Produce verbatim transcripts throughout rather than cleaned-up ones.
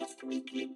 Outcast Weekly.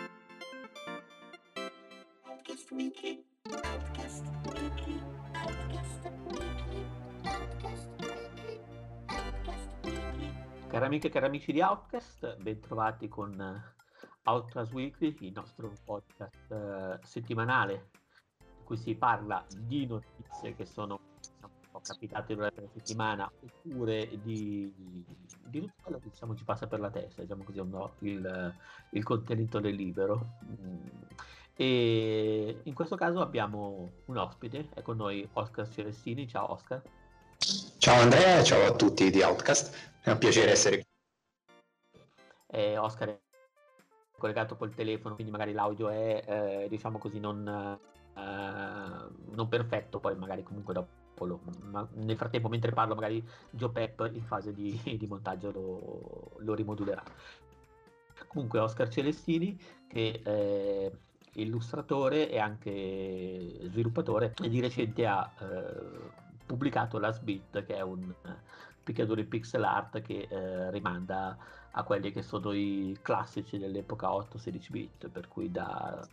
Outcast Weekly. Outcast Weekly. Outcast Weekly. Outcast Weekly. Outcast Weekly. Cari amiche e cari amici di Outcast, bentrovati con eh, Outcast Weekly, il nostro podcast eh, settimanale in cui si parla di notizie che sono diciamo, un po' capitate durante la settimana oppure di, di, di tutto quello che diciamo, ci passa per la testa, diciamo così, no? il, il contenitore libero. Mm. E in questo caso abbiamo un ospite, è con noi Oscar Celestini. Ciao Oscar. Ciao Andrea, ciao a tutti di Outcast, è un piacere essere qui. Eh, Oscar è collegato col telefono, quindi magari l'audio è, eh, diciamo così, non, eh, non perfetto, poi magari comunque dopo, lo, ma nel frattempo mentre parlo magari Joe Pep in fase di, di montaggio lo, lo rimodulerà. Comunque Oscar Celestini, che è illustratore e anche sviluppatore, e di recente ha eh, pubblicato Last Bit, che è un eh, picchiaduro in pixel art che eh, rimanda a quelli che sono i classici dell'epoca otto sedici bit, per cui da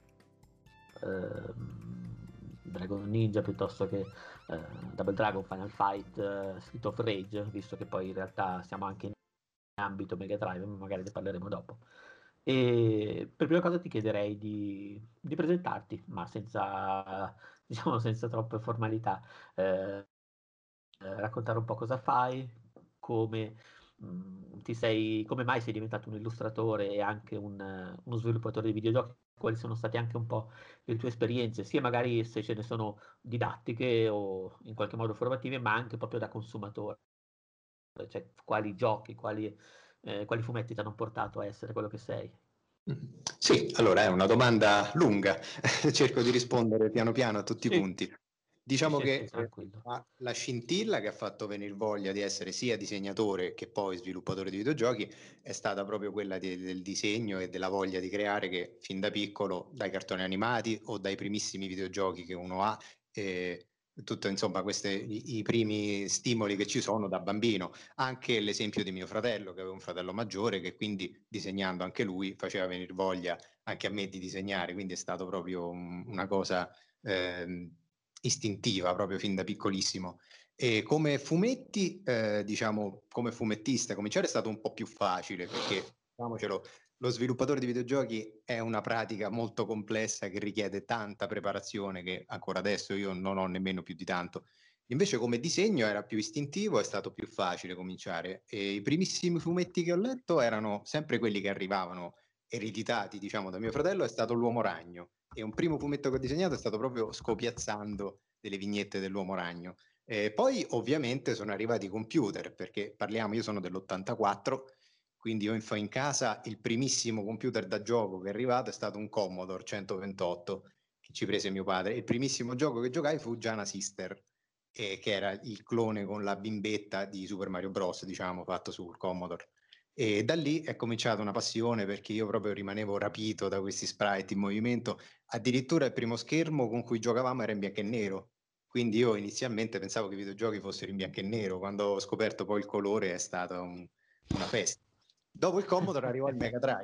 ehm, Dragon Ninja piuttosto che eh, Double Dragon, Final Fight, eh, Street of Rage, visto che poi in realtà siamo anche in ambito Mega Drive, ma magari ne parleremo dopo. E per prima cosa ti chiederei di, di presentarti, ma senza, diciamo, senza troppe formalità. Eh, eh, raccontare un po' cosa fai, come mh, ti sei, come mai sei diventato un illustratore e anche un, eh, uno sviluppatore di videogiochi, quali sono state anche un po' le tue esperienze, sia magari se ce ne sono didattiche o in qualche modo formative, ma anche proprio da consumatore, cioè quali giochi, quali, eh, quali fumetti ti hanno portato a essere quello che sei. Sì, allora è una domanda lunga, cerco di rispondere piano piano a tutti i Sì, punti. Diciamo sì, sì, che sì, tranquillo. la, la scintilla che ha fatto venire voglia di essere sia disegnatore che poi sviluppatore di videogiochi è stata proprio quella di- del disegno e della voglia di creare, che fin da piccolo, dai cartoni animati o dai primissimi videogiochi che uno ha, eh, tutto insomma questi i, i primi stimoli che ci sono da bambino. Anche l'esempio di mio fratello, che aveva un fratello maggiore, che quindi disegnando anche lui faceva venire voglia anche a me di disegnare, quindi è stato proprio un, una cosa eh, istintiva, proprio fin da piccolissimo. E come fumetti, eh, diciamo, come fumettista, cominciare è stato un po' più facile, perché, diciamocelo, lo sviluppatore di videogiochi è una pratica molto complessa che richiede tanta preparazione che ancora adesso io non ho nemmeno più di tanto. Invece come disegno era più istintivo, è stato più facile cominciare, e i primissimi fumetti che ho letto erano sempre quelli che arrivavano ereditati, diciamo, da mio fratello, è stato l'Uomo Ragno, e un primo fumetto che ho disegnato è stato proprio scopiazzando delle vignette dell'Uomo Ragno. E poi ovviamente sono arrivati i computer, perché parliamo, io sono dell'ottantaquattro, quindi ho in, in casa il primissimo computer da gioco che è arrivato è stato un Commodore centoventotto che ci prese mio padre. Il primissimo gioco che giocai fu Giana Sister, eh, che era il clone con la bimbetta di Super Mario Bros, diciamo, fatto sul Commodore. E da lì è cominciata una passione, perché io proprio rimanevo rapito da questi sprite in movimento. Addirittura il primo schermo con cui giocavamo era in bianco e nero, quindi io inizialmente pensavo che i videogiochi fossero in bianco e nero. Quando ho scoperto poi il colore è stata un, una festa. Dopo il Commodore arrivò il Mega Drive,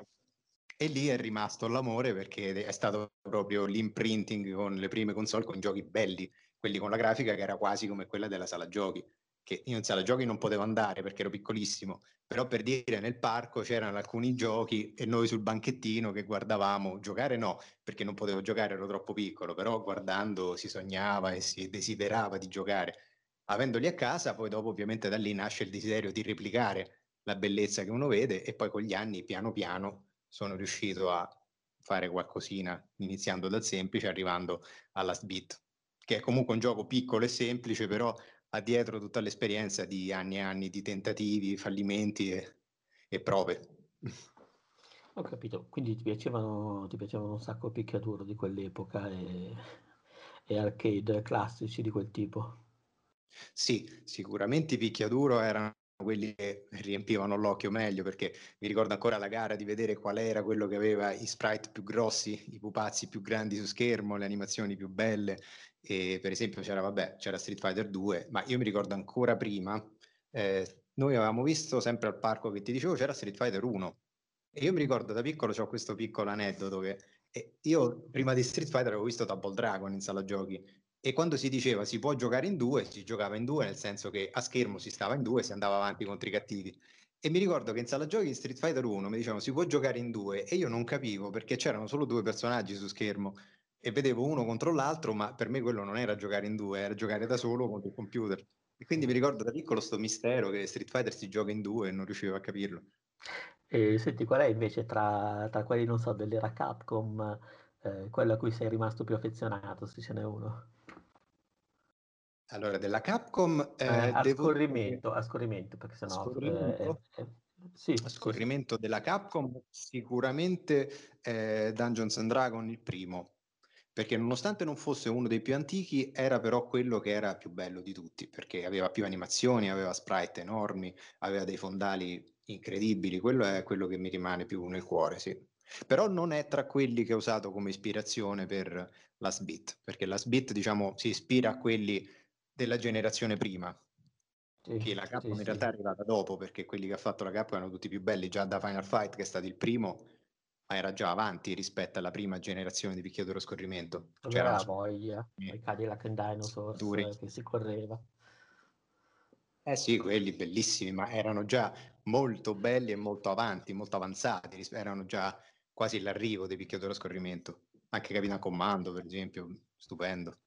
e lì è rimasto l'amore, perché è stato proprio l'imprinting con le prime console con giochi belli, quelli con la grafica che era quasi come quella della sala giochi, che io in sala giochi non potevo andare perché ero piccolissimo, però per dire nel parco c'erano alcuni giochi e noi sul banchettino che guardavamo, giocare no, perché non potevo giocare, ero troppo piccolo, però guardando si sognava e si desiderava di giocare. Avendoli a casa, poi dopo ovviamente da lì nasce il desiderio di replicare la bellezza che uno vede, e poi con gli anni piano piano sono riuscito a fare qualcosina, iniziando dal semplice, arrivando alla Last Bit, che è comunque un gioco piccolo e semplice, però ha dietro tutta l'esperienza di anni e anni di tentativi, fallimenti e, e prove. Ho capito, quindi ti piacevano, ti piacevano un sacco picchiaduro di quell'epoca e, e arcade classici di quel tipo. Sì, sicuramente i picchiaduro erano quelli che riempivano l'occhio meglio, perché mi ricordo ancora la gara di vedere qual era quello che aveva i sprite più grossi, i pupazzi più grandi su schermo, le animazioni più belle. E per esempio c'era, vabbè, c'era Street Fighter due, ma io mi ricordo ancora prima, eh, noi avevamo visto sempre al parco che ti dicevo, c'era Street Fighter uno, E io mi ricordo da piccolo, c'ho questo piccolo aneddoto che eh, io prima di Street Fighter avevo visto Double Dragon in sala giochi e quando si diceva si può giocare in due, si giocava in due, nel senso che a schermo si stava in due e si andava avanti contro i cattivi. E mi ricordo che in sala giochi in Street Fighter uno mi dicevano si può giocare in due e io non capivo perché c'erano solo due personaggi su schermo e vedevo uno contro l'altro, ma per me quello non era giocare in due, era giocare da solo contro il computer. E quindi mi ricordo da piccolo sto mistero che Street Fighter si gioca in due e non riuscivo a capirlo. E senti, qual è invece tra, tra quelli, non so, dell'era Capcom, eh, quello a cui sei rimasto più affezionato, se ce n'è uno? Allora, della Capcom Eh, eh, a devo dire che scorrimento, a scorrimento, perché a sennò... eh, scorrimento, eh, eh, sì, a sì, sì. scorrimento della Capcom sicuramente eh, Dungeons and Dragons il primo, perché nonostante non fosse uno dei più antichi, era però quello che era più bello di tutti, perché aveva più animazioni, aveva sprite enormi, aveva dei fondali incredibili, quello è quello che mi rimane più nel cuore, sì. Però non è tra quelli che ho usato come ispirazione per Last Beat, perché Last Beat, diciamo, si ispira a quelli della generazione prima, Sì, che la sì, Capcom in sì, realtà è arrivata dopo, perché quelli che ha fatto la Capcom erano tutti più belli, già da Final Fight, che è stato il primo, ma era già avanti rispetto alla prima generazione di picchiaduro a scorrimento. C'erano aveva voglia, i Cadillac and Dinosaurs duri. eh, che si correva. Eh sì, quelli bellissimi, ma erano già molto belli e molto avanti, molto avanzati, ris- erano già quasi l'arrivo dei picchiaduro a scorrimento. Anche Capitan Commando, per esempio, stupendo.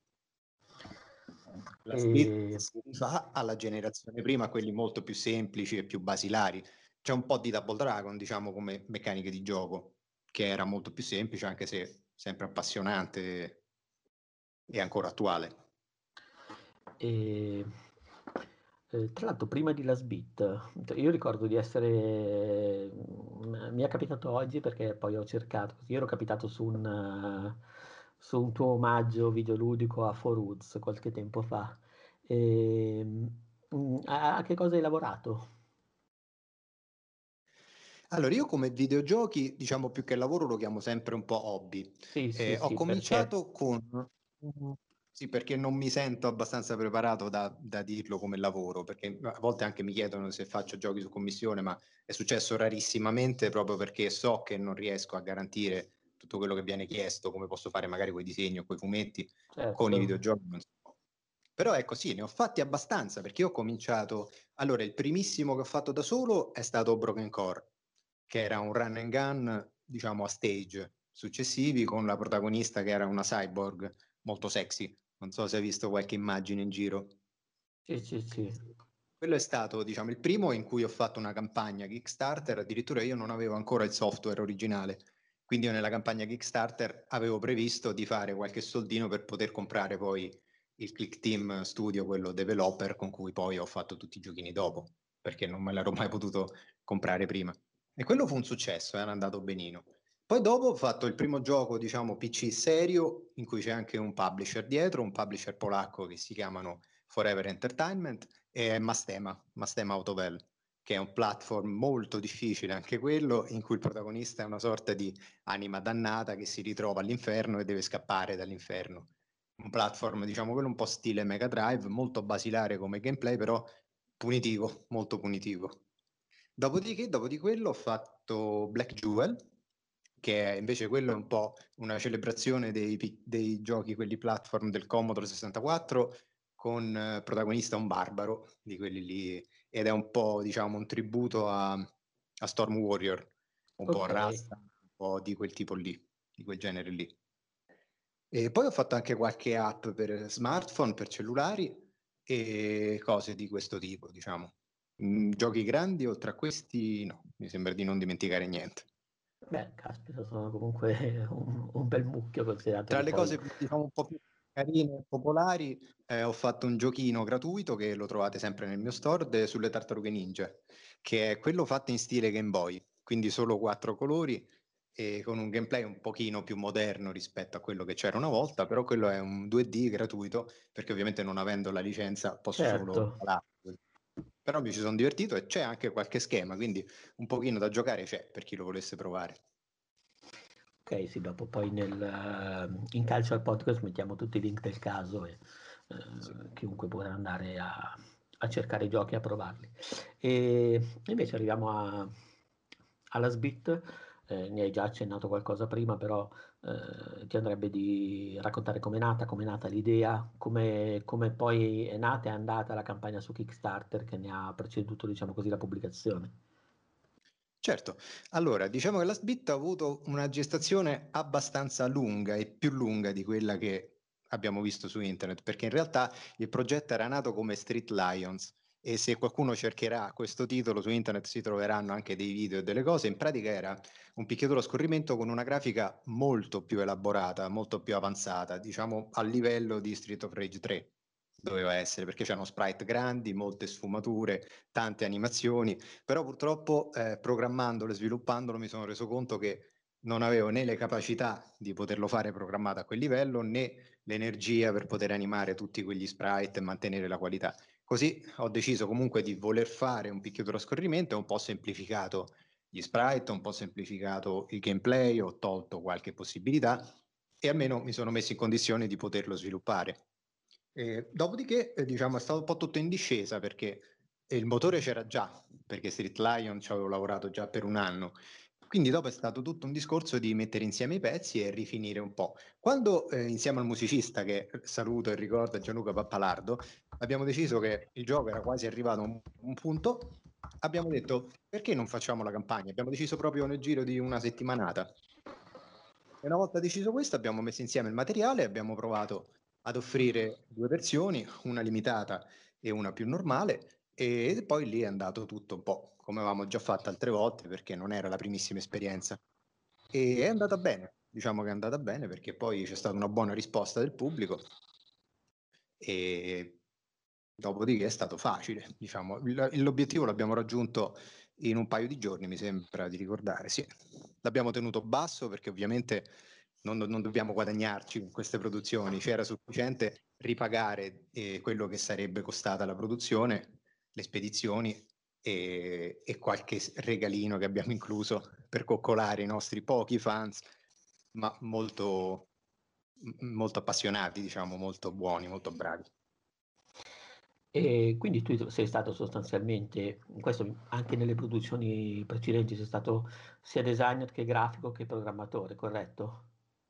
La Smith E, si rifà alla generazione prima, quelli molto più semplici e più basilari. C'è un po' di Double Dragon, diciamo, come meccaniche di gioco, che era molto più semplice, anche se sempre appassionante e ancora attuale. e, eh, tra l'altro, prima di Last Beat, io ricordo di essere... mm, mi è capitato oggi perché poi ho cercato, io ero capitato su un, eh, su un tuo omaggio videoludico a four Woods qualche tempo fa. E, mm, a, a che cosa hai lavorato? Allora, io come videogiochi, diciamo più che lavoro, lo chiamo sempre un po' hobby. Sì, sì, Eh, ho sì, perché... cominciato con... Sì, perché non mi sento abbastanza preparato da, da dirlo come lavoro, perché a volte anche mi chiedono se faccio giochi su commissione, ma è successo rarissimamente proprio perché so che non riesco a garantire tutto quello che viene chiesto, come posso fare magari con i disegni o con i fumetti, con i Certo, videogiochi. Non so. Però ecco, sì, ne ho fatti abbastanza perché io ho cominciato... Allora, il primissimo che ho fatto da solo è stato Broken Core, che era un run and gun, diciamo, a stage successivi con la protagonista che era una cyborg molto sexy. Non so se hai visto qualche immagine in giro. sì, sì, sì. Quello è stato, diciamo, il primo in cui ho fatto una campagna Kickstarter, addirittura io non avevo ancora il software originale, quindi io nella campagna Kickstarter avevo previsto di fare qualche soldino per poter comprare poi il Click Team Studio, quello developer con cui poi ho fatto tutti i giochini dopo, perché non me l'ero mai potuto comprare prima. E quello fu un successo, era andato benino. Poi dopo ho fatto il primo gioco, diciamo, P C serio, in cui c'è anche un publisher dietro, un publisher polacco che si chiamano Forever Entertainment, e Mastema, Mastema Autovel, che è un platform molto difficile anche quello, in cui il protagonista è una sorta di anima dannata che si ritrova all'inferno e deve scappare dall'inferno. Un platform, diciamo quello un po' stile Mega Drive, molto basilare come gameplay, però punitivo, molto punitivo. Dopodiché, dopo di quello ho fatto Black Jewel, che è invece quello è un po' una celebrazione dei, pi- dei giochi, quelli platform del Commodore sessantaquattro, con eh, protagonista un barbaro di quelli lì, ed è un po', diciamo, un tributo a, a Storm Warrior, un po' a Ok. Rasta, un po' di quel tipo lì, di quel genere lì. E poi ho fatto anche qualche app per smartphone, per cellulari e cose di questo tipo, diciamo. Mm, giochi grandi, oltre a questi, no, mi sembra di non dimenticare niente. Beh, caspita, sono comunque un, un bel mucchio considerato Tra che le poi... cose diciamo un po' più carine e popolari, eh, ho fatto un giochino gratuito che lo trovate sempre nel mio store de- sulle tartarughe ninja, che è quello fatto in stile Game Boy, quindi solo quattro colori e con un gameplay un pochino più moderno rispetto a quello che c'era una volta, però quello è un due D gratuito, perché ovviamente non avendo la licenza posso solo Certo, regalarlo. Però mi ci sono divertito e c'è anche qualche schema, quindi un pochino da giocare c'è per chi lo volesse provare. ok, sì, dopo poi nel, eh, in calcio al podcast mettiamo tutti i link del caso e Sì. eh, chiunque potrà andare a, a cercare i giochi e a provarli. E invece arriviamo a, alla Sbit, eh, ne hai già accennato qualcosa prima, però eh, ti andrebbe di raccontare com'è nata, com'è nata l'idea, come, come poi è nata e è andata la campagna su Kickstarter che ne ha preceduto, diciamo così, la pubblicazione. Certo, allora diciamo che la Sbit ha avuto una gestazione abbastanza lunga e più lunga di quella che abbiamo visto su internet, perché in realtà il progetto era nato come Street Lions e se qualcuno cercherà questo titolo su internet si troveranno anche dei video e delle cose. In pratica era un picchiaduro a scorrimento con una grafica molto più elaborata, molto più avanzata, diciamo a livello di Street of Rage tre doveva essere, perché c'erano sprite grandi, molte sfumature, tante animazioni, però purtroppo eh, programmandolo e sviluppandolo mi sono reso conto che non avevo né le capacità di poterlo fare programmato a quel livello né l'energia per poter animare tutti quegli sprite e mantenere la qualità. Così ho deciso comunque di voler fare un picchiaduro a scorrimento e un po' semplificato gli sprite, un po' semplificato il gameplay, ho tolto qualche possibilità e almeno mi sono messo in condizione di poterlo sviluppare. E dopodiché, eh, diciamo, è stato un po' tutto in discesa perché il motore c'era già, perché Street Lion ci avevo lavorato già per un anno. Quindi dopo è stato tutto un discorso di mettere insieme i pezzi e rifinire un po'. Quando eh, insieme al musicista, che saluto e ricordo, Gianluca Pappalardo, abbiamo deciso che il gioco era quasi arrivato a un, un punto, abbiamo detto perché non facciamo la campagna? Abbiamo deciso proprio nel giro di una settimanata. E una volta deciso questo abbiamo messo insieme il materiale e abbiamo provato ad offrire due versioni, una limitata e una più normale, e poi lì è andato tutto un po' come avevamo già fatto altre volte perché non era la primissima esperienza. E è andata bene, diciamo che è andata bene perché poi c'è stata una buona risposta del pubblico e dopodiché è stato facile, diciamo. L- L'obiettivo l'abbiamo raggiunto in un paio di giorni, mi sembra di ricordare, sì. L'abbiamo tenuto basso perché ovviamente non, non dobbiamo guadagnarci con queste produzioni, c'era sufficiente ripagare eh, quello che sarebbe costata la produzione, le spedizioni e, e qualche regalino che abbiamo incluso per coccolare i nostri pochi fans, ma molto, molto appassionati, diciamo, molto buoni, molto bravi. E quindi tu sei stato sostanzialmente, questo anche nelle produzioni precedenti, sei stato sia designer che grafico che programmatore, corretto?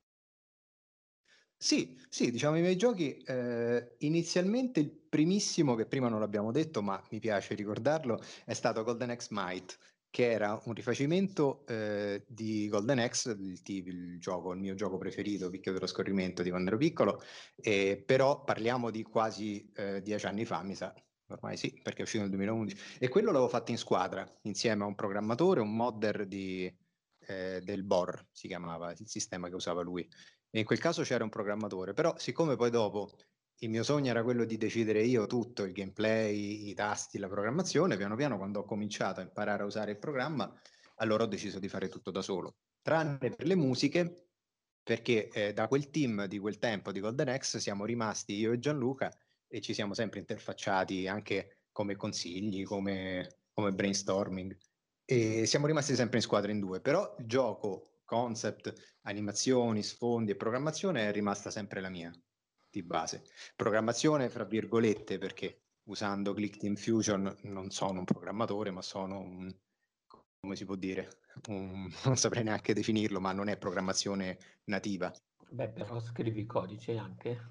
Sì, sì, diciamo i miei giochi, eh, inizialmente il primissimo, che prima non l'abbiamo detto, ma mi piace ricordarlo, è stato Golden Axe Might, che era un rifacimento eh, di Golden Axe, il, t- il gioco, il mio gioco preferito, picchio dello scorrimento di quando ero piccolo, eh, però parliamo di quasi eh, dieci anni fa, mi sa, ormai sì, perché è uscito nel duemilaundici, e quello l'avevo fatto in squadra, insieme a un programmatore, un modder di, eh, del B O R, si chiamava il sistema che usava lui. E in quel caso c'era un programmatore, però siccome poi dopo il mio sogno era quello di decidere io tutto, il gameplay, i tasti, la programmazione, piano piano quando ho cominciato a imparare a usare il programma, allora ho deciso di fare tutto da solo, tranne per le musiche, perché eh, da quel team di quel tempo di Golden Axe siamo rimasti io e Gianluca e ci siamo sempre interfacciati anche come consigli, come, come brainstorming e siamo rimasti sempre in squadra in due, però il gioco, concept, animazioni, sfondi e programmazione è rimasta sempre la mia di base. Programmazione, fra virgolette, perché usando Click Team Fusion non sono un programmatore, ma sono un, come si può dire, un, non saprei neanche definirlo, ma non è programmazione nativa. Beh, però scrivi codice anche,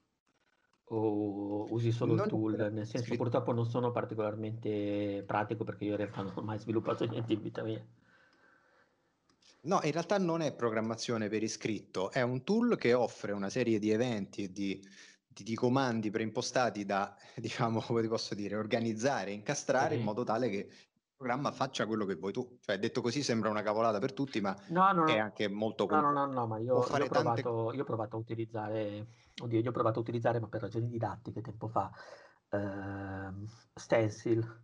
o usi solo il Non è tool, nel veramente senso scritto. purtroppo non sono particolarmente pratico perché io in realtà non ho mai sviluppato niente in vita mia. No, in realtà non è programmazione per iscritto, è un tool che offre una serie di eventi e di, di- di comandi preimpostati da, diciamo, come ti posso dire, organizzare, incastrare in Sì. modo tale che il programma faccia quello che vuoi tu. Cioè, detto così sembra una cavolata per tutti, ma No, no, è no, anche molto no, no, no, complesso. no, ma Può io, io ho fare tante cose. provato, io ho provato a utilizzare, oddio, io ho provato a utilizzare, ma per ragioni didattiche tempo fa, ehm, Stencil,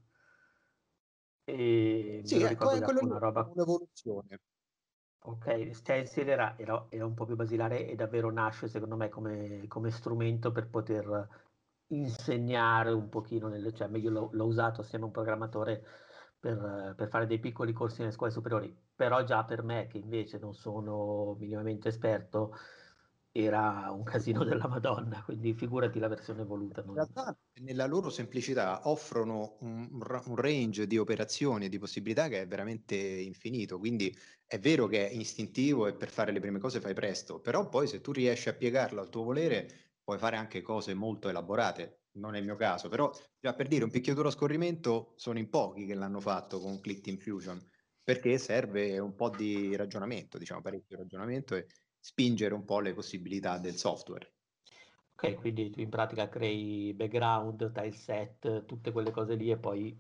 e me Sì, lo ecco, ricordo è che quello fu lì, una è roba. un'evoluzione. Ok, Stencil era, era- era un po' più basilare e davvero nasce secondo me come, come strumento per poter insegnare un pochino, nelle, cioè meglio l'ho, l'ho usato assieme a un programmatore per, per fare dei piccoli corsi nelle scuole superiori, però già per me che invece non sono minimamente esperto, era un casino della Madonna, quindi figurati la versione evoluta. In Non... realtà, nella loro semplicità, offrono un, un ra- un range di operazioni e di possibilità che è veramente infinito. Quindi è vero che è istintivo e per fare le prime cose fai presto, però poi se tu riesci a piegarlo al tuo volere, puoi fare anche cose molto elaborate. Non è il mio caso, però già per dire un picchiaduro a scorrimento sono in pochi che l'hanno fatto con Click Team Fusion, perché serve un po' di ragionamento, diciamo parecchio ragionamento e spingere un po' le possibilità del software. Ok, quindi tu in pratica crei background, tileset, tutte quelle cose lì e poi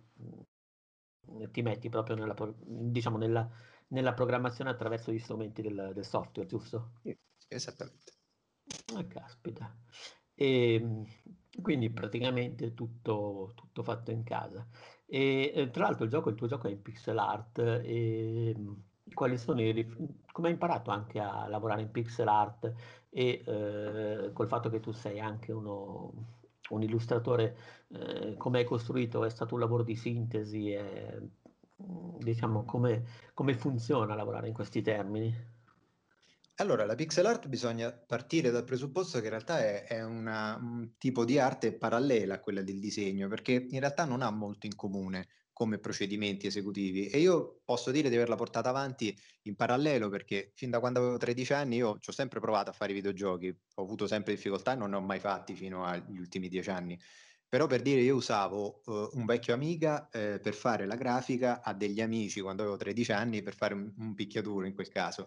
mh, ti metti proprio nella, pro- diciamo, nella, nella programmazione attraverso gli strumenti del, del software, giusto? Sì, sì, esattamente. Ah, caspita. E, mh, quindi praticamente tutto, tutto fatto in casa. E eh, tra l'altro il gioco, il tuo gioco è in pixel art. E, mh, quali sono i rif- come hai imparato anche a lavorare in pixel art e eh, col fatto che tu sei anche uno, un illustratore, eh, come hai costruito? È stato un lavoro di sintesi? E, mh, diciamo, come, come funziona lavorare in questi termini? Allora, la pixel art bisogna partire dal presupposto che in realtà è, è una- un tipo di arte parallela a quella del disegno, perché in realtà non ha molto in comune come procedimenti esecutivi e io posso dire di averla portata avanti in parallelo perché fin da quando avevo tredici anni io ci ho sempre provato a fare i videogiochi, ho avuto sempre difficoltà e non ne ho mai fatti fino agli ultimi dieci anni. Però per dire, io usavo eh, un vecchio Amiga eh, per fare la grafica a degli amici quando avevo tredici anni per fare un, un picchiaduro in quel caso.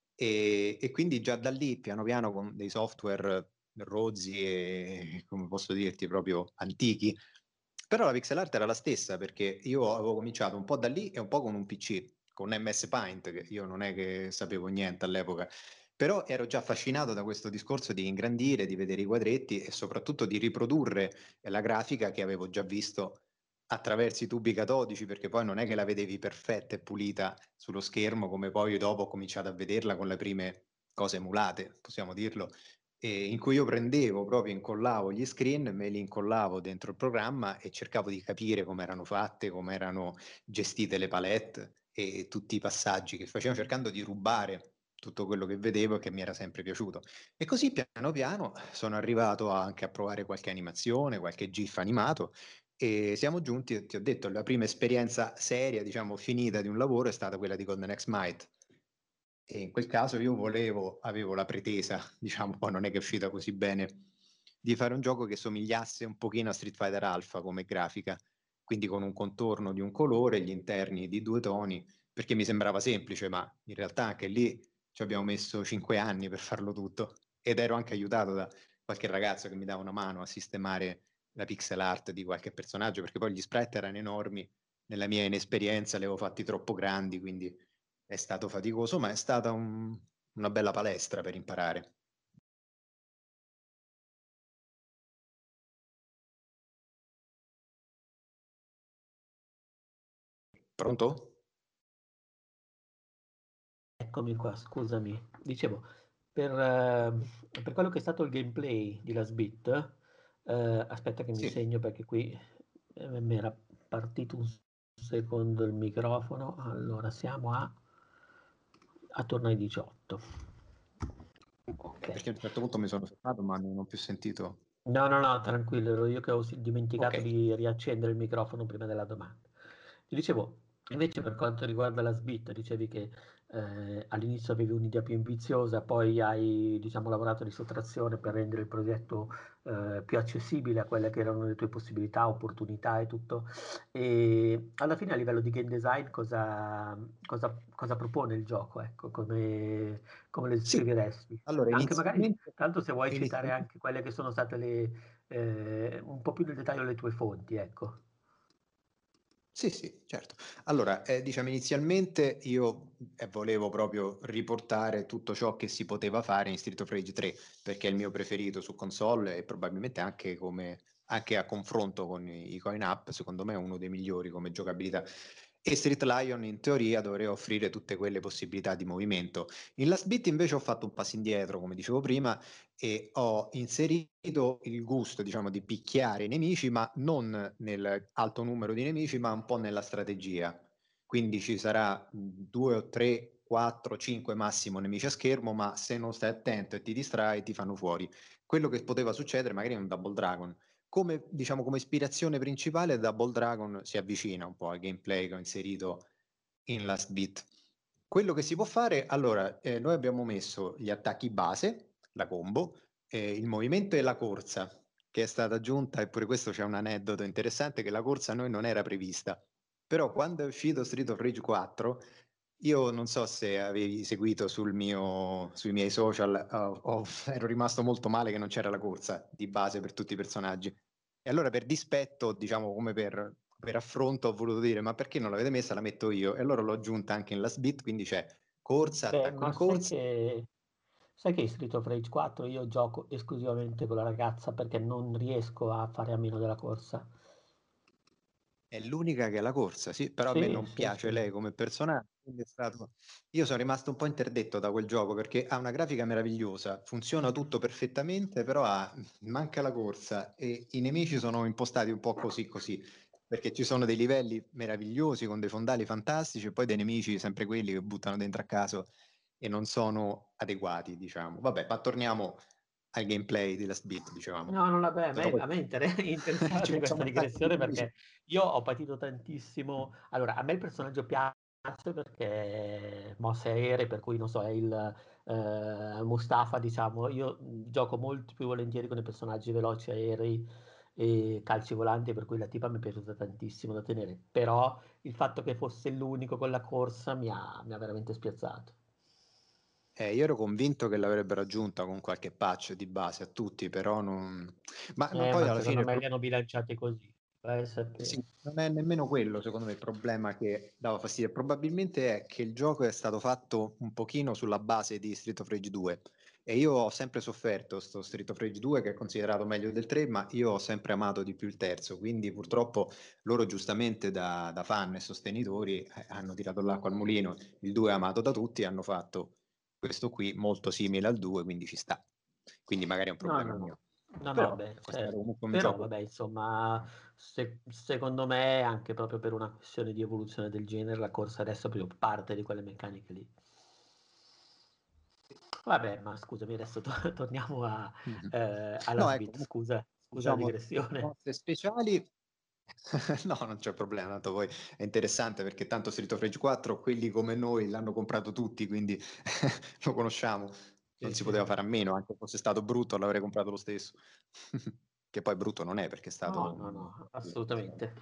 E, e quindi già da lì, piano piano, con dei software rozzi e, come posso dirti, proprio antichi, però la pixel art era la stessa perché io avevo cominciato un po' da lì e un po' con un P C, con M S Paint, che io non è che sapevo niente all'epoca, però ero già affascinato da questo discorso di ingrandire, di vedere i quadretti e soprattutto di riprodurre la grafica che avevo già visto attraverso i tubi catodici, perché poi non è che la vedevi perfetta e pulita sullo schermo, come poi dopo ho cominciato a vederla con le prime cose emulate, possiamo dirlo, e in cui io prendevo, proprio incollavo gli screen, me li incollavo dentro il programma e cercavo di capire come erano fatte, come erano gestite le palette e tutti i passaggi che facevo, cercando di rubare tutto quello che vedevo e che mi era sempre piaciuto. E così piano piano sono arrivato anche a provare qualche animazione, qualche GIF animato e siamo giunti, ti ho detto, la prima esperienza seria, diciamo, finita di un lavoro è stata quella di Golden Axe Might. E in quel caso io volevo, avevo la pretesa, diciamo, poi non è che è uscita così bene, di fare un gioco che somigliasse un pochino a Street Fighter Alpha come grafica, quindi con un contorno di un colore, gli interni di due toni, perché mi sembrava semplice, ma in realtà anche lì ci abbiamo messo cinque anni per farlo tutto ed ero anche aiutato da qualche ragazzo che mi dava una mano a sistemare la pixel art di qualche personaggio, perché poi gli sprite erano enormi, nella mia inesperienza li avevo fatti troppo grandi, quindi è stato faticoso, ma è stata un- una bella palestra per imparare. Pronto? Eccomi qua, scusami. Dicevo, per, eh, per quello che è stato il gameplay di Last Bit, eh, aspetta che mi Sì. segno perché qui eh, mi era partito un secondo il microfono. Allora, siamo a attorno ai diciotto. Eh, Ok. perché a un certo punto mi sono fermato, ma non ho più sentito. No, no, no, tranquillo, ero io che ho si- Ok. dimenticato di riaccendere il microfono prima della domanda. Ti dicevo, invece per quanto riguarda la Sbit, dicevi che eh, all'inizio avevi un'idea più ambiziosa, poi hai, diciamo, lavorato di sottrazione per rendere il progetto eh, più accessibile a quelle che erano le tue possibilità, opportunità e tutto. E alla fine a livello di game design cosa, cosa- cosa propone il gioco? Ecco, come, come lo Sì, descriveresti? allora Anche magari, inizialmente, tanto se vuoi citare inizialmente anche quelle che sono state le, eh, un po' più nel dettaglio le tue fonti, ecco. sì, sì, certo. Allora, eh, diciamo inizialmente io eh, volevo proprio riportare tutto ciò che si poteva fare in Street of Rage tre, perché è il mio preferito su console e probabilmente anche, come, anche a confronto con i, i coin-up, secondo me è uno dei migliori come giocabilità. E Street Lion in teoria dovrebbe offrire tutte quelle possibilità di movimento. In Last Bit invece ho fatto un passo indietro, come dicevo prima, e ho inserito il gusto, diciamo, di picchiare i nemici, ma non nel alto numero di nemici, ma un po' nella strategia. Quindi ci sarà due o tre quattro cinque massimo nemici a schermo, ma se non stai attento e ti distrai ti fanno fuori. Quello che poteva succedere magari in un Double Dragon. Come, diciamo, come ispirazione principale, Double Dragon si avvicina un po' al gameplay che ho inserito in Last Bit. Quello che si può fare, allora, eh, noi abbiamo messo gli attacchi base, la combo, eh, il movimento e la corsa, che è stata aggiunta, e pure questo c'è un aneddoto interessante, che la corsa a noi non era prevista. Però quando è uscito Street of Rage quattro, io non so se avevi seguito sul mio, sui miei social, ho- ho- ero rimasto molto male che non c'era la corsa di base per tutti i personaggi. E allora per dispetto, diciamo come per, per affronto, ho voluto dire ma perché non l'avete messa, la metto io. E allora l'ho aggiunta anche in Last Bit, quindi c'è corsa, Beh, attacco ma in sai corsa. che, sai che in Street of Rage quattro io gioco esclusivamente con la ragazza perché non riesco a fare a meno della corsa. È l'unica che ha la corsa, sì, però a me Sì, non sì, piace sì. lei come personaggio, quindi è stato... Io sono rimasto un po' interdetto da quel gioco perché ha una grafica meravigliosa, funziona tutto perfettamente, però ha... manca la corsa e i nemici sono impostati un po' così così, perché ci sono dei livelli meravigliosi con dei fondali fantastici e poi dei nemici sempre quelli che buttano dentro a caso e non sono adeguati, diciamo. Vabbè, ma torniamo al gameplay di Last Bit, dicevamo. No, no, vabbè, a me, Dopo... a me inter- ci interessava di facciamo questa un sacco di digressione crisi. perché io ho patito tantissimo. Allora, a me il personaggio piace perché mosse aeree, per cui non so, è il eh, Mustafa, diciamo. Io mh, gioco molto più volentieri con i personaggi veloci, aerei e calci volanti, per cui la tipa mi è piaciuta tantissimo da tenere. Però il fatto che fosse l'unico con la corsa mi ha, mi ha veramente spiazzato. Eh, io ero convinto che l'avrebbero aggiunta con qualche patch di base a tutti, però non... Ma, ma Eh, poi ma alla fine secondo il me li pro- hanno bilanciati così. Vai a sì, sapere. non è nemmeno quello, secondo me, il problema che dava fastidio. Probabilmente è che il gioco è stato fatto un pochino sulla base di Street of Rage due e io ho sempre sofferto sto Street of Rage due che è considerato meglio del tre, ma io ho sempre amato di più il terzo, quindi purtroppo loro giustamente da, da fan e sostenitori eh, hanno tirato l'acqua al mulino. Il due è amato da tutti e hanno fatto questo qui molto simile al due, quindi ci sta. Quindi magari è un No, problema no, mio. no, no, no, Però beh, è stato certo. comunque un Però, gioco. vabbè, insomma, se- secondo me, anche proprio per una questione di evoluzione del genere, la corsa adesso è proprio parte di quelle meccaniche lì. Vabbè, ma scusami, adesso to- torniamo a, Mhm. eh, alla No, ecco, Sbit, comunque, scusa, scusa la diciamo, le digressione. mosse speciali, no, non c'è problema, tanto poi è interessante perché tanto Street of Rage quattro, quelli come noi l'hanno comprato tutti, quindi lo conosciamo, non Sì, si sì. poteva fare a meno, anche se fosse stato brutto l'avrei comprato lo stesso, che poi brutto non è perché è No, stato... no, un- no, assolutamente.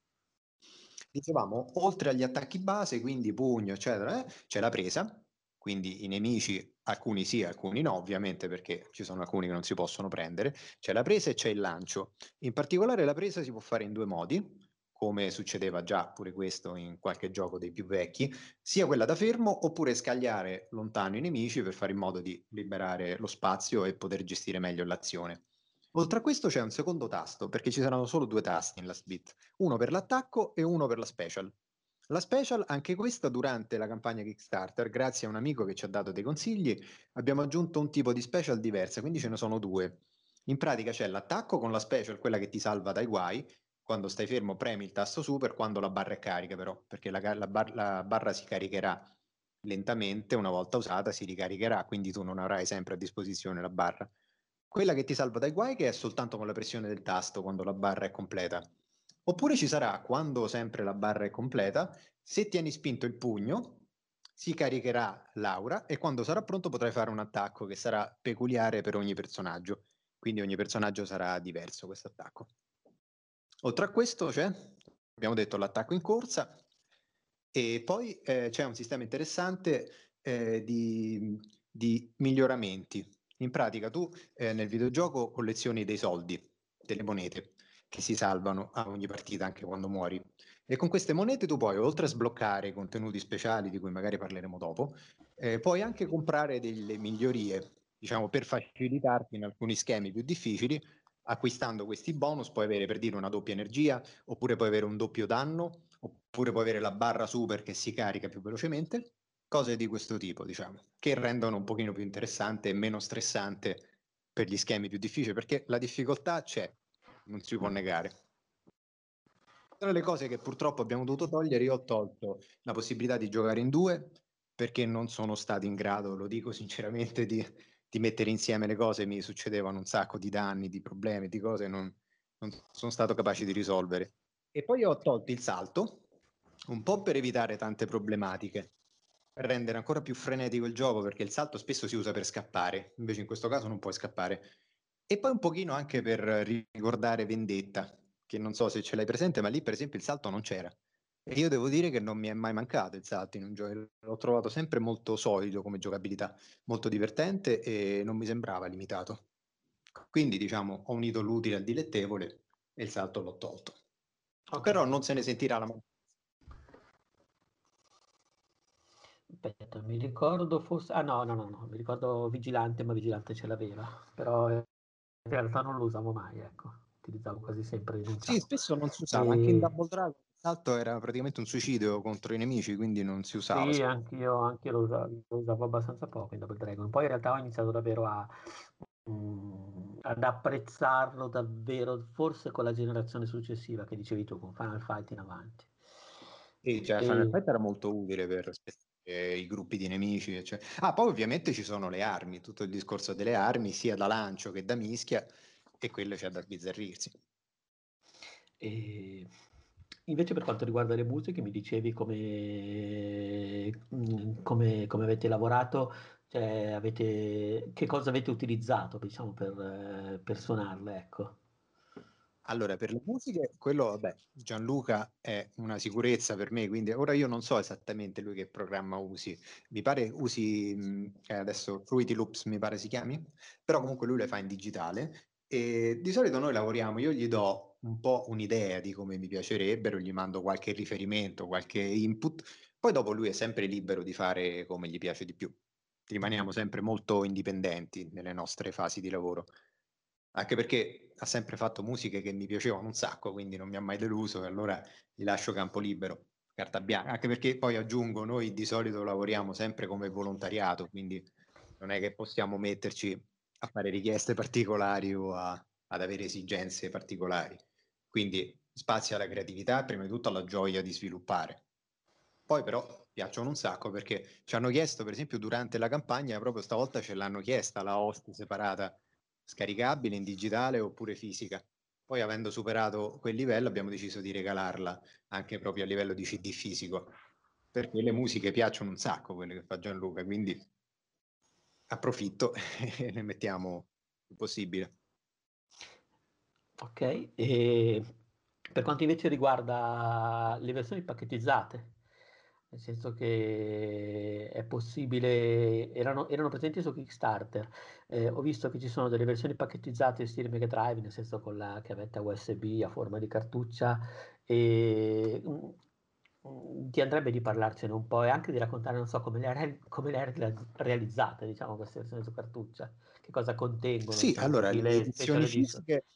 Dicevamo, oltre agli attacchi base, quindi pugno, eccetera, eh, c'è la presa, quindi i nemici, alcuni sì, alcuni no, ovviamente perché ci sono alcuni che non si possono prendere, c'è la presa e c'è il lancio. In particolare la presa si può fare in due modi, come succedeva già pure questo in qualche gioco dei più vecchi, sia quella da fermo oppure scagliare lontano i nemici per fare in modo di liberare lo spazio e poter gestire meglio l'azione. Oltre a questo c'è un secondo tasto, perché ci saranno solo due tasti in Last Bit, uno per l'attacco e uno per la special. La special, anche questa durante la campagna Kickstarter, grazie a un amico che ci ha dato dei consigli, abbiamo aggiunto un tipo di special diversa, quindi ce ne sono due. In pratica c'è l'attacco con la special, quella che ti salva dai guai, quando stai fermo premi il tasto super quando la barra è carica però, perché la, la, bar- la barra si caricherà lentamente, una volta usata si ricaricherà, quindi tu non avrai sempre a disposizione la barra. Quella che ti salva dai guai che è soltanto con la pressione del tasto quando la barra è completa. Oppure ci sarà quando sempre la barra è completa, se tieni spinto il pugno, si caricherà l'aura e quando sarà pronto potrai fare un attacco che sarà peculiare per ogni personaggio. Quindi ogni personaggio sarà diverso questo attacco. Oltre a questo c'è, abbiamo detto, l'attacco in corsa e poi eh, c'è un sistema interessante eh, di, di miglioramenti. In pratica tu eh, nel videogioco collezioni dei soldi, delle monete che si salvano a ogni partita anche quando muori. E con queste monete tu puoi, oltre a sbloccare i contenuti speciali di cui magari parleremo dopo, eh, puoi anche comprare delle migliorie, diciamo, per facilitarti in alcuni schemi più difficili. Acquistando questi bonus puoi avere per dire una doppia energia, oppure puoi avere un doppio danno, oppure puoi avere la barra super che si carica più velocemente, cose di questo tipo, diciamo, che rendono un pochino più interessante e meno stressante per gli schemi più difficili, perché la difficoltà c'è, non si può negare. Tra le cose che purtroppo abbiamo dovuto togliere, io ho tolto la possibilità di giocare in due, perché non sono stato in grado, lo dico sinceramente, di, di mettere insieme le cose. Mi succedevano un sacco di danni, di problemi, di cose non, non sono stato capace di risolvere. E poi ho tolto il salto, un po' per evitare tante problematiche, per rendere ancora più frenetico il gioco, perché il salto spesso si usa per scappare, invece in questo caso non puoi scappare. E poi un pochino anche per ricordare Vendetta, che non so se ce l'hai presente, ma lì per esempio il salto non c'era. E io devo dire che non mi è mai mancato il salto in un gioco, l'ho trovato sempre molto solido come giocabilità, molto divertente e non mi sembrava limitato. Quindi diciamo ho unito l'utile al dilettevole e il salto l'ho tolto. Ho Però non capito. se ne sentirà la mancanza. Aspetta, mi ricordo forse... Ah no, no, no, no, mi ricordo Vigilante, ma Vigilante ce l'aveva, però in realtà non lo usavo mai, ecco, utilizzavo quasi sempre in un Sì, sacco. spesso non si usava, anche in E... Double Dragon il salto era praticamente un suicidio contro i nemici, quindi non si usava. Sì, anch'io, anch'io lo usavo, lo usavo abbastanza poco in Double Dragon. Poi in realtà ho iniziato davvero a, mm, ad apprezzarlo davvero, forse con la generazione successiva che dicevi tu, con Final Fight in avanti. Sì, cioè Final E, Fight era molto utile per spezzare i gruppi di nemici. Cioè. Ah, poi ovviamente ci sono le armi, tutto il discorso delle armi, sia da lancio che da mischia, e quello c'è da sbizzarrirsi. e invece per quanto riguarda le musiche, mi dicevi come, mm, come, come avete lavorato, cioè avete, che cosa avete utilizzato, diciamo, per, eh, per suonarle, ecco. Allora, per le musiche, quello, vabbè, Gianluca è una sicurezza per me, quindi ora io non so esattamente lui che programma usi. Mi pare usi, mh, eh, adesso Fruity Loops mi pare si chiami, però comunque lui le fa in digitale e di solito noi lavoriamo, io gli do un po' un'idea di come mi piacerebbero, gli mando qualche riferimento, qualche input, poi dopo lui è sempre libero di fare come gli piace di più. Rimaniamo sempre molto indipendenti nelle nostre fasi di lavoro. Anche perché ha sempre fatto musiche che mi piacevano un sacco, quindi non mi ha mai deluso e allora gli lascio campo libero, carta bianca. Anche perché poi aggiungo, noi di solito lavoriamo sempre come volontariato, quindi non è che possiamo metterci a fare richieste particolari o a- ad avere esigenze particolari. Quindi spazio alla creatività e prima di tutto alla gioia di sviluppare. Poi però piacciono un sacco perché ci hanno chiesto, per esempio, durante la campagna, proprio stavolta ce l'hanno chiesta la host separata, scaricabile in digitale oppure fisica. Poi, avendo superato quel livello, abbiamo deciso di regalarla anche proprio a livello di C D fisico, perché le musiche piacciono un sacco, quelle che fa Gianluca, quindi approfitto e ne mettiamo il possibile. Ok, e per quanto invece riguarda le versioni pacchettizzate, nel senso che è possibile, erano, erano presenti su Kickstarter. Eh, ho visto che ci sono delle versioni pacchettizzate stile Mega Drive, nel senso con la chiavetta U S B a forma di cartuccia, e mm, mm, ti andrebbe di parlarcene un po' e anche di raccontare, non so, come le hai, come le hai realizz- realizzate, diciamo, queste versioni su cartuccia, che cosa contengono, Sì, diciamo allora così, le le special edizioni edition. fisiche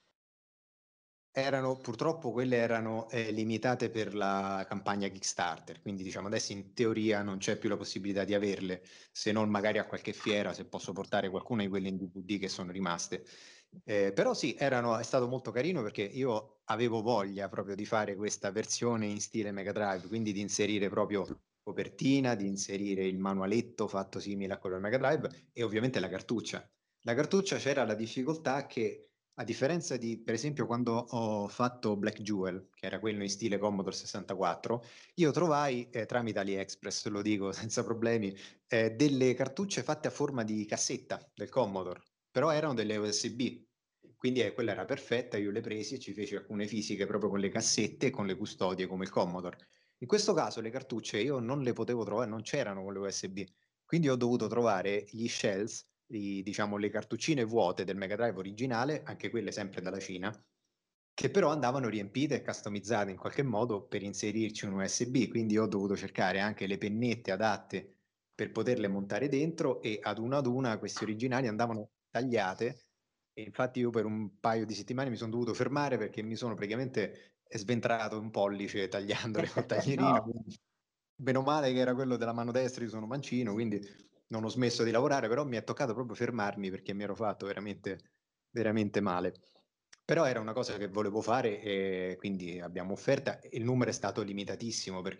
erano, purtroppo quelle erano eh, limitate per la campagna Kickstarter, quindi diciamo adesso in teoria non c'è più la possibilità di averle, se non magari a qualche fiera, se posso portare qualcuna di quelle in D V D che sono rimaste. Eh, però sì, erano, è stato molto carino perché io avevo voglia proprio di fare questa versione in stile Mega Drive, quindi di inserire proprio copertina, di inserire il manualetto fatto simile a quello del Mega Drive e ovviamente la cartuccia. La cartuccia c'era la difficoltà che a differenza di, per esempio, quando ho fatto Black Jewel, che era quello in stile Commodore sessantaquattro, io trovai, eh, tramite AliExpress, lo dico senza problemi, eh, delle cartucce fatte a forma di cassetta del Commodore, però erano delle U S B. Quindi eh, quella era perfetta, io le presi e ci feci alcune fisiche proprio con le cassette e con le custodie come il Commodore. In questo caso le cartucce io non le potevo trovare, non c'erano con le U S B, quindi ho dovuto trovare gli shells, i- diciamo le cartuccine vuote del Mega Drive originale, anche quelle sempre dalla Cina, che però andavano riempite e customizzate in qualche modo per inserirci un U S B, quindi ho dovuto cercare anche le pennette adatte per poterle montare dentro e ad una ad una queste originali andavano tagliate e infatti io per un paio di settimane mi sono dovuto fermare perché mi sono praticamente sventrato un pollice tagliandole col taglierino, No. quindi bene o male che era quello della mano destra, io sono mancino, quindi non ho smesso di lavorare, però mi è toccato proprio fermarmi perché mi ero fatto veramente, veramente male. Però era una cosa che volevo fare e quindi abbiamo offerta. Il numero è stato limitatissimo perché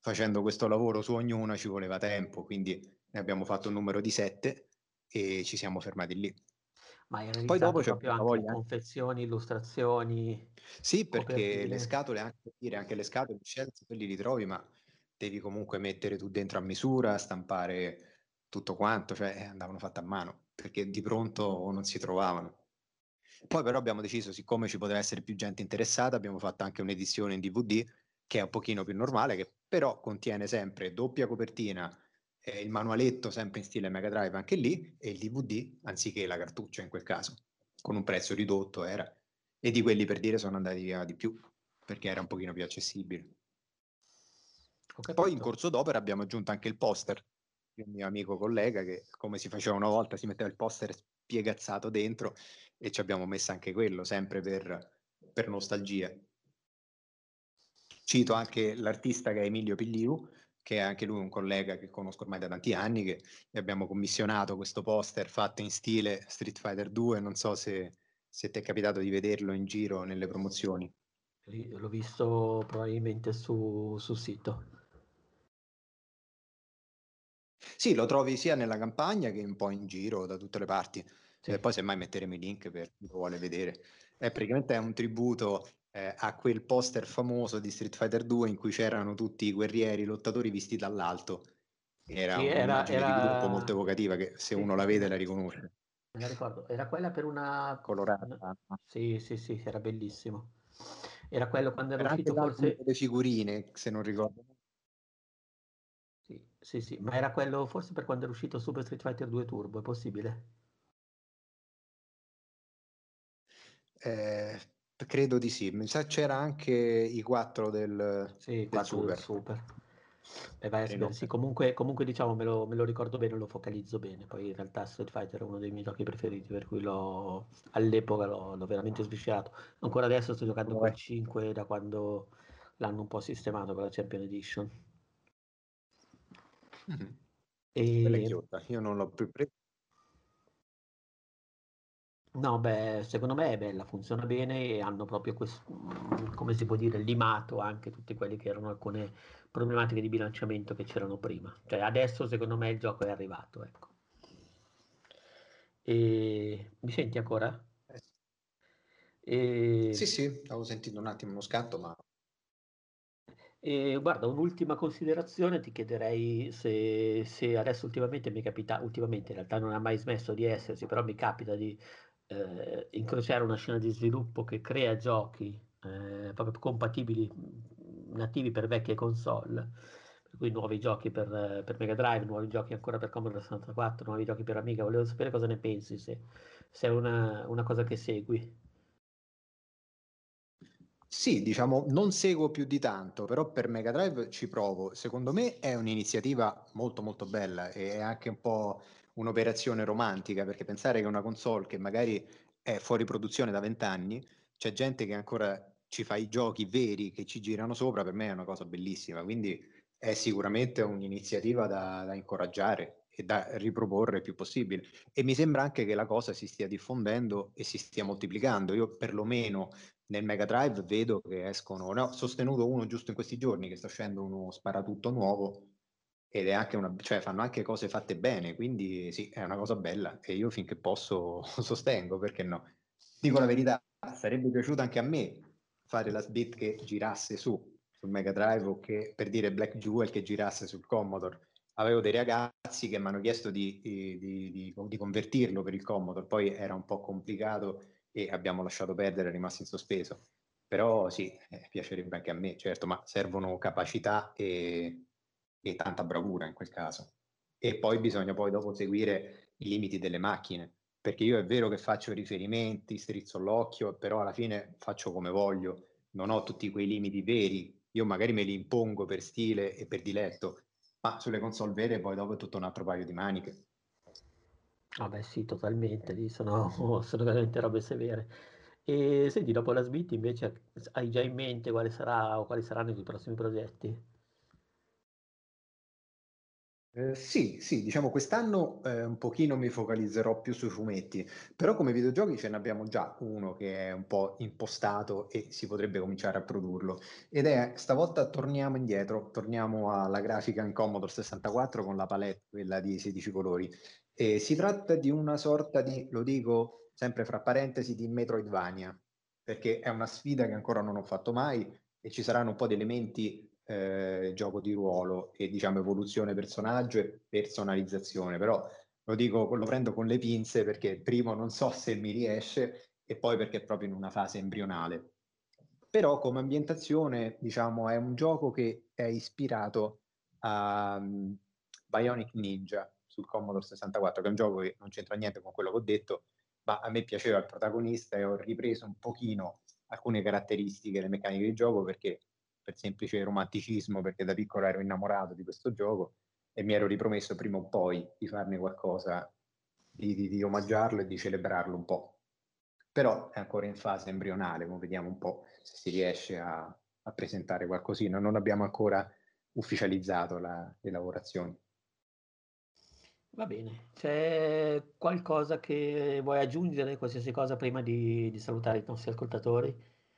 facendo questo lavoro su ognuna ci voleva tempo, quindi ne abbiamo fatto un numero di sette e ci siamo fermati lì. Ma hai Poi dopo realizzato c'è proprio venuta anche voglia. confezioni, illustrazioni, Sì, perché le copertine? scatole, anche, dire, anche le scatole di scelta, quelli li trovi, ma devi comunque mettere tu dentro a misura, stampare tutto quanto, cioè eh, andavano fatte a mano, perché di pronto non si trovavano. Poi però abbiamo deciso, siccome ci poteva essere più gente interessata, abbiamo fatto anche un'edizione in D V D, che è un pochino più normale, che però contiene sempre doppia copertina, eh, il manualetto sempre in stile Mega Drive anche lì, e il D V D, anziché la cartuccia in quel caso, con un prezzo ridotto era. E di quelli per dire sono andati via di più, perché era un pochino più accessibile. Ho Poi in capito. corso d'opera abbiamo aggiunto anche il poster, di un mio amico collega che, come si faceva una volta, si metteva il poster spiegazzato dentro e ci abbiamo messo anche quello, sempre per, per nostalgia. Cito anche l'artista che è Emilio Pigliu, che è anche lui un collega che conosco ormai da tanti anni, che gli abbiamo commissionato questo poster fatto in stile Street Fighter due, non so se, se ti è capitato di vederlo in giro nelle promozioni. Lì l'ho visto probabilmente su, sul sito. Sì, lo trovi sia nella campagna che un po' in giro da tutte le parti. Sì. Eh, poi semmai metteremo i link per chi lo vuole vedere. È praticamente è un tributo eh, a quel poster famoso di Street Fighter due in cui c'erano tutti i guerrieri, i lottatori visti dall'alto. Era Sì, era, un'immagine di gruppo era... molto evocativa che se Sì, uno sì, la sì, vede me la riconosce. me la ricordo. Era quella per una... una- Colorata. Sì, sì, sì, era bellissimo. Era quello quando era Era anche uscito l'album forse... delle figurine, se non ricordo. Sì, sì, sì, ma era quello forse per quando era uscito Super Street Fighter due Turbo, è possibile? Eh, credo di sì. Mi sa c'era anche i quattro del, Sì, del quattro del Super. Super. E vai a sapere, Reno. sì, comunque, comunque diciamo me lo, me lo ricordo bene, lo focalizzo bene. Poi in realtà Street Fighter è uno dei miei giochi preferiti, per cui l'ho all'epoca l'ho l'ho veramente sviscerato. Ancora adesso sto giocando col cinque da quando l'hanno un po' sistemato con la Champion Edition. Mhm. Quella è E ghiotta, io non l'ho più preso. no, beh, secondo me è bella, funziona bene e hanno proprio questo, come si può dire, limato anche tutte quelle che erano alcune problematiche di bilanciamento che c'erano prima. Cioè adesso secondo me il gioco è arrivato, ecco. E mi senti ancora? Eh, E, sì, sì, avevo sentito un attimo uno scatto, ma e guarda, un'ultima considerazione, ti chiederei se, se adesso ultimamente mi capita, ultimamente in realtà non ha mai smesso di esserci, però mi capita di eh, incrociare una scena di sviluppo che crea giochi eh, proprio compatibili, mh, nativi per vecchie console, per cui nuovi giochi per, eh, per Mega Drive, nuovi giochi ancora per Commodore sessantaquattro, nuovi giochi per Amiga. Volevo sapere cosa ne pensi, se, se è una, una cosa che segui. sì, diciamo, non seguo più di tanto, però per Mega Drive ci provo. Secondo me è un'iniziativa molto molto bella e è anche un po' un'operazione romantica, perché pensare che una console che magari è fuori produzione da vent'anni, c'è gente che ancora ci fa i giochi veri che ci girano sopra, per me è una cosa bellissima, quindi è sicuramente un'iniziativa da, da incoraggiare e da riproporre il più possibile. E mi sembra anche che la cosa si stia diffondendo e si stia moltiplicando. Io perlomeno nel Mega Drive vedo che escono, ne ho sostenuto uno giusto in questi giorni che sta uscendo uno sparatutto nuovo ed è anche una, cioè fanno anche cose fatte bene, quindi sì, è una cosa bella e io finché posso sostengo, perché no? Dico la verità, sarebbe piaciuto anche a me fare la SBIT che girasse su, sul Mega Drive o che per dire Black Jewel che girasse sul Commodore. Avevo dei ragazzi che mi hanno chiesto di, di, di, di, di convertirlo per il Commodore, poi era un po' complicato e abbiamo lasciato perdere, è rimasto in sospeso. Però sì, eh, piacerebbe anche a me, certo, ma servono capacità e, e tanta bravura in quel caso. E poi bisogna poi dopo seguire i limiti delle macchine, perché io è vero che faccio riferimenti, strizzo l'occhio, però alla fine faccio come voglio, non ho tutti quei limiti veri, io magari me li impongo per stile e per diletto, ma sulle console vere poi dopo è tutto un altro paio di maniche. Vabbè, sì, totalmente, lì sono, sono veramente robe severe. E senti, dopo la Smith invece hai già in mente quale sarà o quali saranno i tuoi prossimi progetti? Eh, sì, sì, diciamo quest'anno eh, un pochino mi focalizzerò più sui fumetti, però come videogiochi ce ne abbiamo già uno che è un po' impostato e si potrebbe cominciare a produrlo. Ed è, stavolta torniamo indietro, torniamo alla grafica in Commodore sessantaquattro con la palette, quella di sedici colori. E si tratta di una sorta di, lo dico sempre fra parentesi, di Metroidvania, perché è una sfida che ancora non ho fatto mai e ci saranno un po' di elementi eh, gioco di ruolo e diciamo evoluzione personaggio e personalizzazione, però lo dico, lo prendo con le pinze perché primo non so se mi riesce e poi perché è proprio in una fase embrionale. Però come ambientazione, diciamo, è un gioco che è ispirato a um, Bionic Ninja sul Commodore sessantaquattro, che è un gioco che non c'entra niente con quello che ho detto, ma a me piaceva il protagonista e ho ripreso un pochino alcune caratteristiche, le meccaniche di gioco perché per semplice romanticismo, perché da piccolo ero innamorato di questo gioco e mi ero ripromesso prima o poi di farne qualcosa, di, di, di omaggiarlo e di celebrarlo un po'. Però è ancora in fase embrionale, come vediamo un po' se si riesce a, a presentare qualcosina. Non abbiamo ancora ufficializzato la, le lavorazioni. Va bene, c'è qualcosa che vuoi aggiungere, qualsiasi cosa prima di, di salutare i nostri ascoltatori?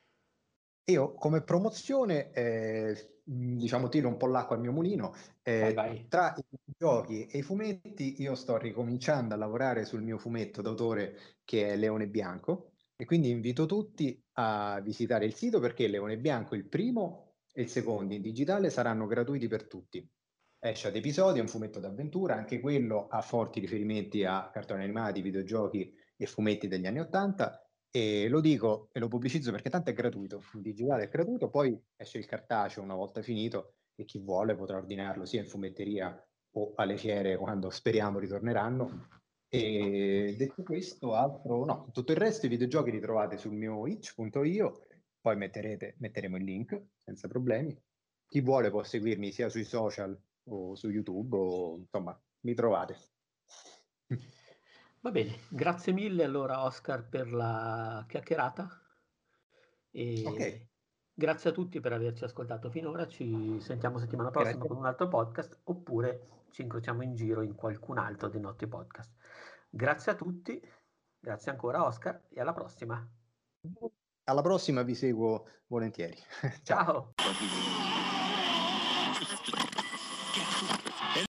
Io come promozione, eh, diciamo, tiro un po' l'acqua al mio mulino. Vai, Eh, vai. tra i giochi e i fumetti, io sto ricominciando a lavorare sul mio fumetto d'autore che è Leone Bianco e quindi invito tutti a visitare il sito perché Leone Bianco, il primo e il secondo in digitale, saranno gratuiti per tutti. Esce ad episodi, è un fumetto d'avventura, anche quello ha forti riferimenti a cartoni animati, videogiochi e fumetti degli anni Ottanta. E lo dico e lo pubblicizzo perché tanto è gratuito, il digitale è gratuito, poi esce il cartaceo una volta finito e chi vuole potrà ordinarlo sia in fumetteria o alle fiere quando speriamo ritorneranno. E detto questo, altro no, tutto il resto i videogiochi li trovate sul mio itch punto io, poi metterete, metteremo il link senza problemi. Chi vuole può seguirmi sia sui social o su YouTube o insomma, mi trovate. Va bene, grazie mille allora Oscar per la chiacchierata Ok, e grazie a tutti per averci ascoltato finora. Ci sentiamo settimana prossima grazie. con un altro podcast oppure ci incrociamo in giro in qualcun altro dei nostri podcast. Grazie a tutti, grazie ancora Oscar e alla prossima. Alla prossima vi seguo volentieri. Ciao. Ciao!